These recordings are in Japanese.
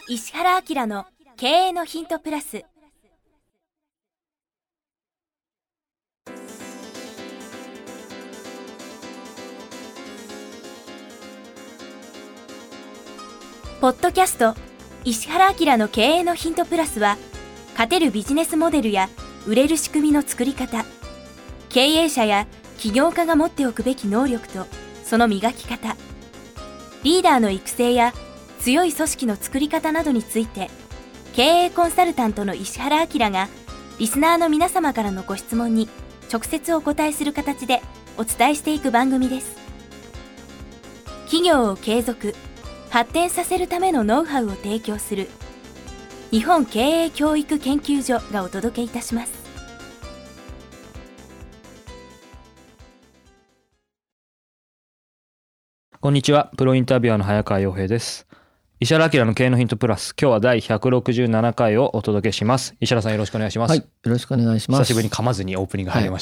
石原明の経営のヒントプラス。ポッドキャスト石原明の経営のヒントプラスは、勝てるビジネスモデルや売れる仕組みの作り方、経営者や起業家が持っておくべき能力とその磨き方、リーダーの育成や強い組織の作り方などについて、経営コンサルタントの石原明がリスナーの皆様からのご質問に直接お答えする形でお伝えしていく番組です。企業を継続発展させるためのノウハウを提供する日本経営教育研究所がお届けいたします。 こんにちは、プロインタビュアーの早川洋平です。石原明の経営のヒントプラス、今日は第167回をお届けします。石原さん、よろしくお願いします。 はい、よろしくお願いします。 久しぶりに噛まずにオープニング入りました、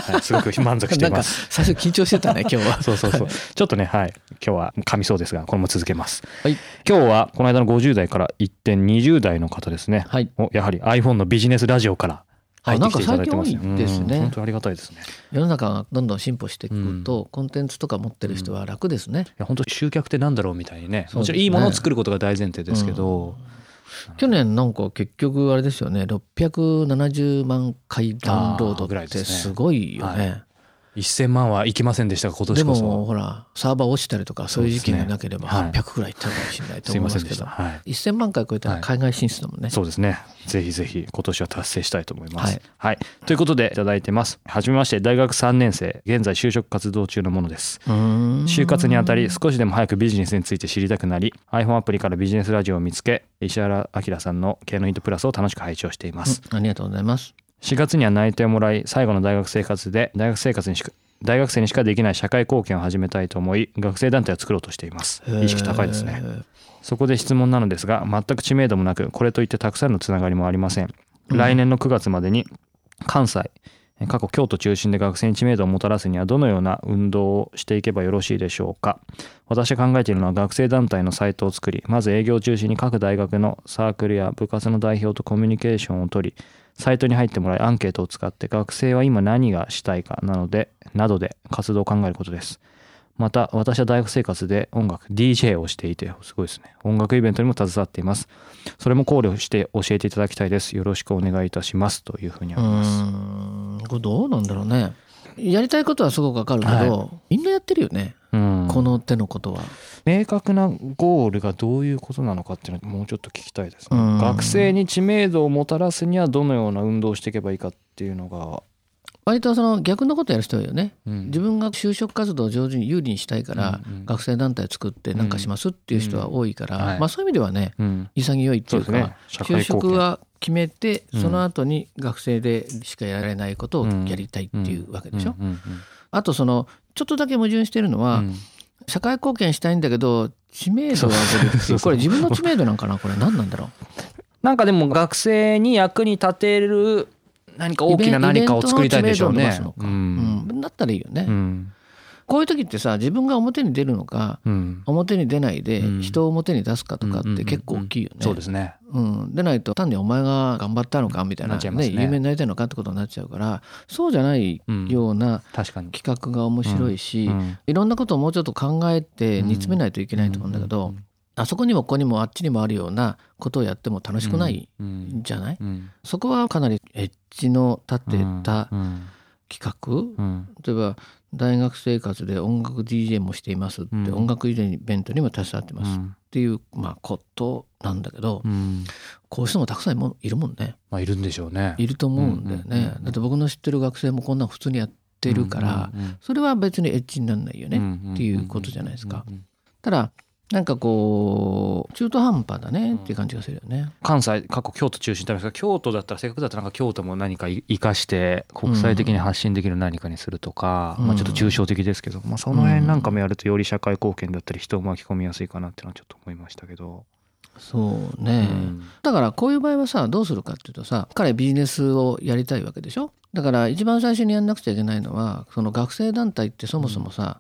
はい、すごく満足しています。 なんか最初緊張してたね今日はそうちょっとね、はい、今日は噛みそうですが、これも続けます、 はい、 今日はこの間の50代から一転20代の方ですね、はい、やはり iPhone のビジネスラジオから入ってきていただいてます。 なんか最近多いですね。 本当にありがたいですね。 世の中がどんどん進歩していくと、コンテンツとか持ってる人は楽ですね。 いや本当集客ってなんだろうみたいにね、もちろんいいものを作ることが大前提ですけど、 去年なんか結局あれですよね、670万回ダウンロードってすごいよね。 1000万はいきませんでしたが、今年こそ。 でもほらサーバー落ちたりとかそういう時期がなければ800くらいいったかもしれないと思いますけど、1000万回超えたら海外進出だもんね、そうですね。ぜひぜひ今年は達成したいと思います、はいということでいただいてます。はじめまして、大学3年生、現在就職活動中のものです。就活にあたり少しでも早くビジネスについて知りたくなり、 iPhone アプリからビジネスラジオを見つけ、石原明さんの経営のヒントプラスを楽しく拝聴しています、 ありがとうございます。 4月には内定をもらい、最後の大学生活で大学生にしかできない社会貢献を始めたいと思い、学生団体を作ろうとしています。意識高いですね。そこで質問なのですが、全く知名度もなく、これといってたくさんのつながりもありません。来年の9月までに関西、過去京都中心で学生に知名度をもたらすにはどのような運動をしていけばよろしいでしょうか。私が考えているのは、学生団体のサイトを作り、まず営業を中心に各大学のサークルや部活の代表とコミュニケーションを取り、サイトに入ってもらいアンケートを使って学生は今何がしたいかなどで活動を考えることです。また私は大学生活で音楽 DJ をしていて、すごいですね、音楽イベントにも携わっています。それも考慮して教えていただきたいです。よろしくお願いいたしますというふうにあります。 これどうなんだろうね。やりたいことはすごくわかるけど、みんなやってるよね、この手のことは。 明確なゴールがどういうことなのかっていうのはもうちょっと聞きたいですね。学生に知名度をもたらすにはどのような運動をしていけばいいかっていうのが、 割とその逆のことやる人よね、自分が就職活動を上手に有利にしたいから、学生団体を作って何かしますっていう人は多いから、そういう意味ではね、潔いっていうか、就職は決めて、その後に学生でしかやられないことをやりたいっていうわけでしょ。あとそのちょっとだけ矛盾してるのは、社会貢献したいんだけど知名度を上げるっていう、これ自分の知名度なんかな、これ何なんだろう。 なんかでも学生に役に立てる何か大きな何かを作りたいんでしょうね。 だったらいいよね、こういう時ってさ、自分が表に出るのか、表に出ないで人を表に出すかとかって結構大きいよね、 そうですね、 でないと単にお前が頑張ったのかみたいな、有名になりたいのかってことになっちゃうから、そうじゃないような企画が面白いし、いろんなことをもうちょっと考えて煮詰めないといけないと思うんだけど、あそこにもここにもあっちにもあるようなことをやっても楽しくないんじゃない、そこはかなりエッジの立てた企画、例えば大学生活で音楽 DJ もしていますって、音楽イベントにも携わってますっていう、ことなんだけど、こういう人もたくさんいるもんね。 いるんでしょうね。 いると思うんだよね。だって僕の知ってる学生もこんな普通にやってるから、それは別にエッジにならないよねっていうことじゃないですか。ただなんかこう中途半端だねっていう感じがするよね。 関西、過去京都中心ってありますが、京都だったらせっかくだったらなんか京都も何か生かして国際的に発信できる何かにするとか、ちょっと抽象的ですけど、その辺なんかもやるとより社会貢献だったり人を巻き込みやすいかなっていうのはちょっと思いましたけど。 そうね、だからこういう場合はさ、どうするかっていうとさ、彼ビジネスをやりたいわけでしょ。だから一番最初にやんなくちゃいけないのは、その学生団体ってそもそもさ、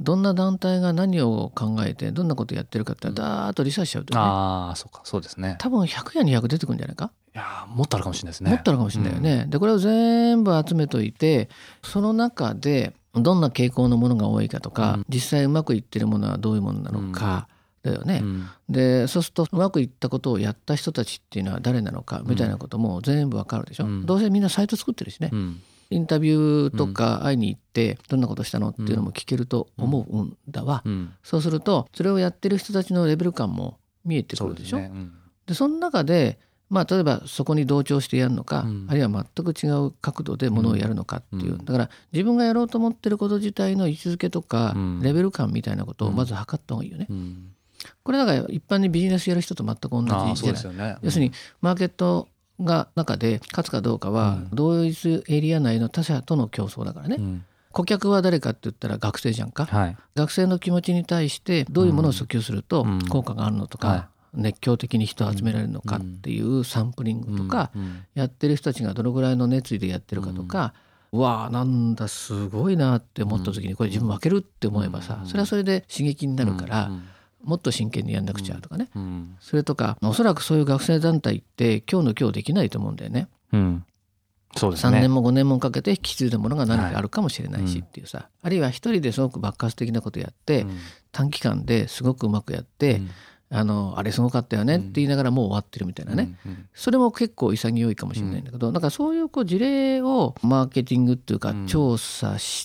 どんな団体が何を考えてどんなことやってるかってダーッとリサーチしちゃうとね、 そうですね。 多分100や200出てくるんじゃないか。 いやもっとあるかもしれないですね。 もっとあるかもしれないよね、でこれを全部集めといて、その中でどんな傾向のものが多いかとか、実際うまくいってるものはどういうものなのか、だよね、でそうするとうまくいったことをやった人たちっていうのは誰なのかみたいなことも全部わかるでしょ、どうせみんなサイト作ってるしね、インタビューとか会いに行ってどんなことしたのっていうのも聞けると思うんだわ、そうするとそれをやってる人たちのレベル感も見えてくるでしょ。でその中で例えばそこに同調してやるのか、あるいは全く違う角度でものをやるのかっていう、だから自分がやろうと思ってること自体の位置づけとか、レベル感みたいなことをまず測った方がいいよね、これだから一般にビジネスやる人と全く同じじゃない。 そうですよね、 要するにマーケットが中で勝つかどうかは同一エリア内の他社との競争だからね、顧客は誰かって言ったら学生じゃんか、学生の気持ちに対してどういうものを訴求すると効果があるのとか、熱狂的に人を集められるのかっていうサンプリングとか、やってる人たちがどのぐらいの熱意でやってるかとか、うわーなんだすごいなって思った時にこれ自分負けるって思えばさ、それはそれで刺激になるから、もっと真剣にやんなくちゃとかね、それとかおそらくそういう学生団体って今日の今日できないと思うんだよね、 そうですね。 3年も5年もかけて引き継いだものが何かあるかもしれないしっていうさ、あるいは一人ですごく爆発的なことやって、短期間ですごくうまくやって、あれすごかったよねって言いながらもう終わってるみたいなね、それも結構潔いかもしれないんだけど、だからそういう事例をマーケティングっていうか調査して、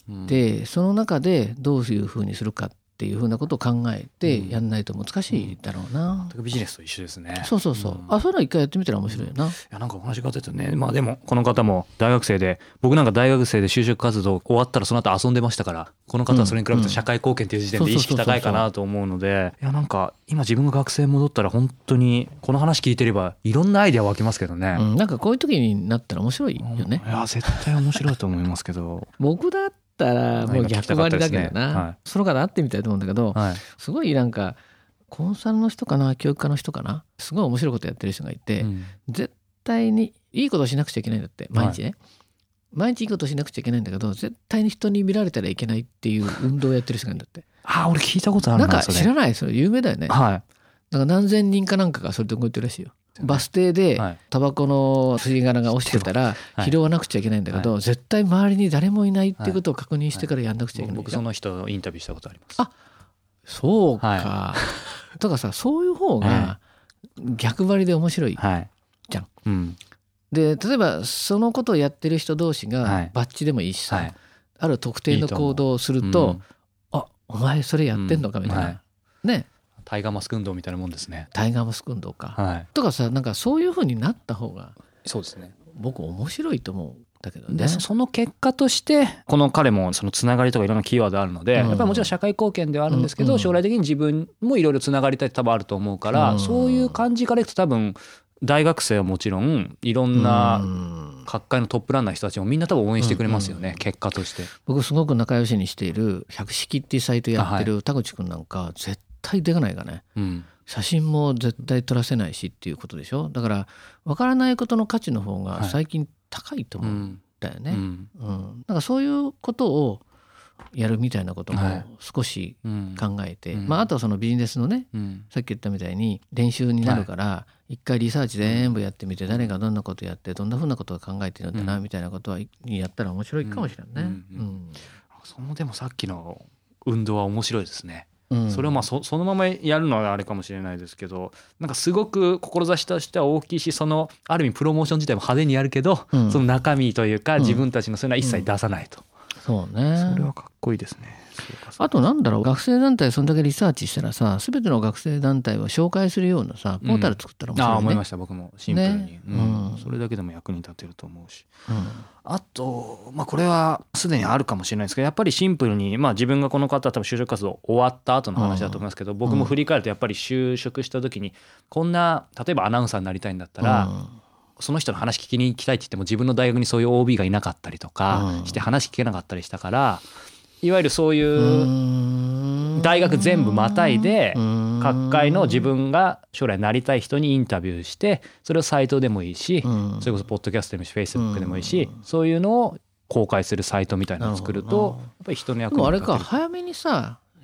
その中でどういうふうにするかっていうふうなことを考えてやんないと難しいだろうな、 ビジネスと一緒ですね。 そうそうそう、そういうの一回やってみたら面白いよな、 いやなんか同じ方ですよね。でもこの方も大学生で、僕なんか大学生で就職活動終わったらその後遊んでましたから、この方はそれに比べて社会貢献っていう時点で意識高いかなと思うので、いやなんか今自分が学生戻ったら本当にこの話聞いてればいろんなアイデア湧きますけどね、 なんかこういう時になったら面白いよね、 いや絶対面白いと思いますけど僕だったらもう逆張りだけどな、その方会ってみたいと思うんだけど、すごいなんかコンサルの人かな教育家の人かな、すごい面白いことやってる人がいて、絶対にいいことをしなくちゃいけないんだって、毎日ね、毎日いいことしなくちゃいけないんだけど絶対に人に見られたらいけないっていう運動をやってる人がいるんだって。 俺聞いたことあるな。 なんか知らない？それ有名だよね、だから何千人かなんかがそれで動いてるらしいよ。バス停でタバコの吸い殻が落ちてたら拾わなくちゃいけないんだけど、絶対周りに誰もいないっていうことを確認してからやんなくちゃいけない。 僕その人をインタビューしたことあります。 そうか、とかさ、そういう方が逆張りで面白いじゃん、で例えばそのことをやってる人同士がバッチでもいいしさ、ある特定の行動をすると、お前それやってんのかみたいな、ね、 タイガーマスク運動みたいなもんですね。 タイガーマスク運動か、とかさ、なんかそういう風になった方がそうですね、 僕面白いと思うんだけどね。 でその結果としてこの彼もそのつながりとかいろんなキーワードあるので、やっぱりもちろん社会貢献ではあるんですけど、将来的に自分もいろいろつながりたいって多分あると思うから、そういう感じからいくと多分大学生はもちろんいろんな各界のトップランナーの人たちもみんな多分応援してくれますよね、結果として。 僕すごく仲良しにしている百式っていうサイトやってる田口くんなんか絶対出がないがね、写真も絶対撮らせないしっていうことでしょ。だから分からないことの価値の方が最近高いと思うんだよね、だからそういうことをやるみたいなことも少し考えて、あとはそのビジネスのね、さっき言ったみたいに練習になるから一回リサーチ全部やってみて、誰がどんなことやってどんなふうなことを考えてるんだなみたいなことはやったら面白いかもしれないね。 そのでもさっきの運動は面白いですね。それをそのままやるのはあれかもしれないですけど、なんかすごく志としては大きいし、そのある意味プロモーション自体も派手にやるけど、その中身というか自分たちのそういうのは一切出さないと、 そうね、 それはかっこいいですね。 あとなんだろう、学生団体そんだけリサーチしたらさ、全ての学生団体を紹介するようなさポータル作ったら面白いね。 思いました。僕もシンプルに、それだけでも役に立てると思うし、あとこれはすでにあるかもしれないですけど、やっぱりシンプルに自分がこの方多分就職活動終わった後の話だと思いますけど、僕も振り返るとやっぱり就職した時にこんな例えばアナウンサーになりたいんだったら、その人の話聞きに行きたいって言っても自分の大学にそういう OB がいなかったりとかして話聞けなかったりしたから、いわゆるそういう大学全部またいで各界の自分が将来なりたい人にインタビューして、それをサイトでもいいし、それこそポッドキャストでもいいし Facebook でもいいし、そういうのを公開するサイトみたいなのを作るとやっぱり人の役に立てる。 でもあれか、早めにさ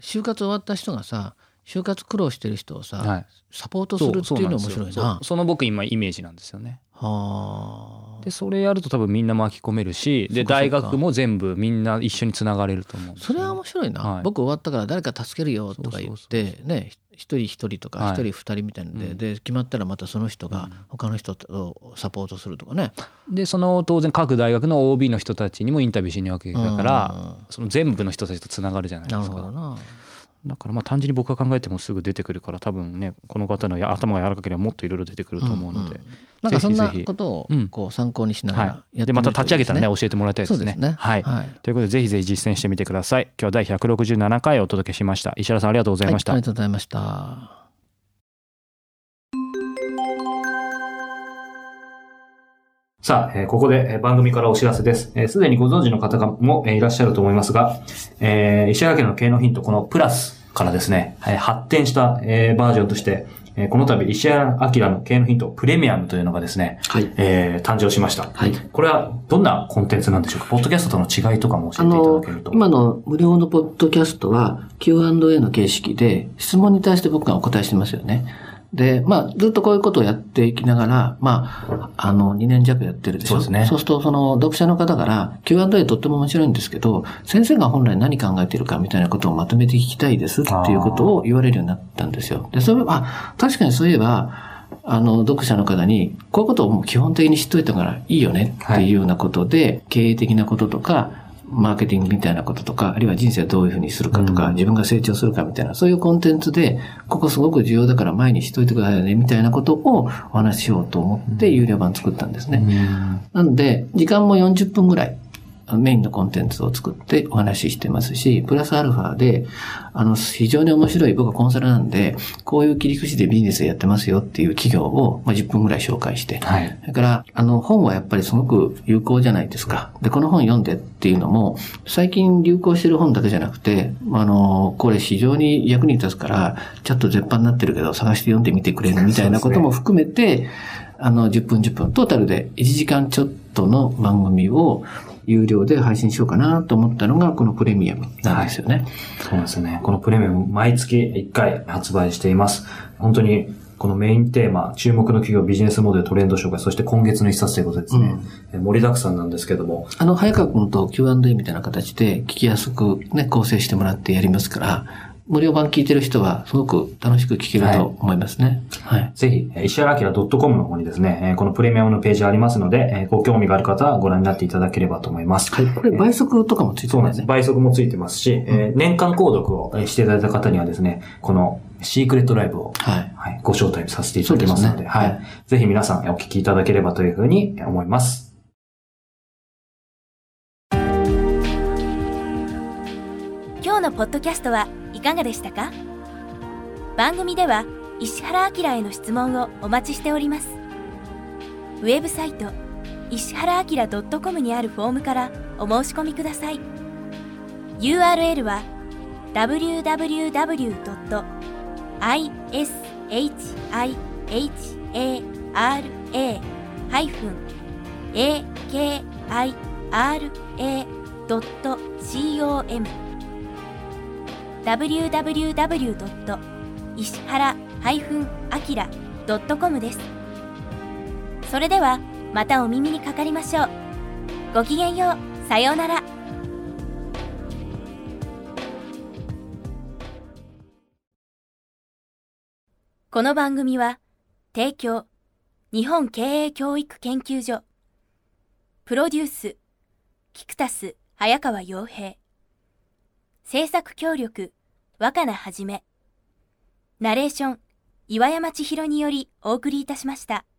就活終わった人がさ就活苦労してる人をさ、サポートするっていうの面白いな。 その僕今イメージなんですよね。 はでそれやると多分みんな巻き込めるし、で大学も全部みんな一緒につながれると思うんですよ。 それは面白いな、僕終わったから誰か助けるよとか言ってね、一人一人とか一人二人みたいなので、で決まったらまたその人が他の人をサポートするとかね。 でその当然各大学の OB の人たちにもインタビューしに行くわけだから、その全部の人たちとつながるじゃないですか。 なるほどな。 だからまあ単純に僕が考えてもすぐ出てくるから、多分ねこの方の頭が柔らかければもっといろいろ出てくると思うので、 なんかそんなことをこう参考にしながらやってみるといいですね。 でまた立ち上げたらね教えてもらいたいですね。 そうですね。 はい。ということでぜひぜひ実践してみてください。今日は第167回をお届けしました。石原さんありがとうございました。 ありがとうございました。 さあ、ここで番組からお知らせです。すでにご存知の方もいらっしゃると思いますが、石原家の経営のヒント、このプラスからですね、発展した、バージョンとして、この度石原明の経営のヒントプレミアムというのがですね、誕生しました。これはどんなコンテンツなんでしょうか。ポッドキャストとの違いとかも教えていただけると。 今の無料のポッドキャストは Q&A の形式で質問に対して僕がお答えしてますよね。で、ずっとこういうことをやっていきながら、2年弱やってるでしょ。 そうですね。 そうすると、その読者の方から Q&A とっても面白いんですけど、先生が本来何考えているかみたいなことをまとめて聞きたいですっていうことを言われるようになったんですよ。で、それは、確かにそういえば、読者の方に、こういうことをもう基本的に知っといたからいいよねっていうようなことで、経営的なこととか、マーケティングみたいなこととか、あるいは人生をどういうふうにするかとか、自分が成長するかみたいな、そういうコンテンツで、ここすごく重要だから前にしといてくださいよね、みたいなことをお話ししようと思って有料版作ったんですね。なので、時間も40分ぐらい、メインのコンテンツを作ってお話ししてますし、プラスアルファで、非常に面白い、僕はコンサルなんで、こういう切り口でビジネスやってますよっていう企業を、10分ぐらい紹介して、それから、本はやっぱりすごく有効じゃないですか。で、この本読んでっていうのも、最近流行してる本だけじゃなくて、これ非常に役に立つから、ちょっと絶版になってるけど、探して読んでみてくれるみたいなことも含めて、10分10分、トータルで1時間ちょっとの番組を、有料で配信しようかなと思ったのがこのプレミアムなんですよね。 そうなんですよね。このプレミアム毎月1回発売しています。本当にこのメインテーマ、注目の企業ビジネスモデルトレンド紹介、そして今月の一冊ということですね。盛りだくさんなんですけども。 早川君と Q&A みたいな形で聞きやすくね、構成してもらってやりますから、無料版聞いてる人はすごく楽しく聞けると思いますね。 ぜひ、石原明 .com の方にですね、このプレミアムのページありますので、ご興味がある方はご覧になっていただければと思います。 これ倍速とかもついてますね。 そうなんです。倍速もついてますし、年間購読をしていただいた方にはですね、このシークレットライブを、ご招待させていただきますので、ぜひ皆さんお聞きいただければというふうに思います。 今日のポッドキャストはいかがでしたか？番組では石原明への質問をお待ちしております。ウェブサイト石原明 .com にあるフォームからお申し込みください。 URL は www.ishihara.com www. 石原-akira.com です。それではまたお耳にかかりましょう。ごきげんよう。さようなら。この番組は提供日本経営教育研究所、プロデュースキクタス早川洋平、制作協力若菜はじめ、ナレーション岩山千尋によりお送りいたしました。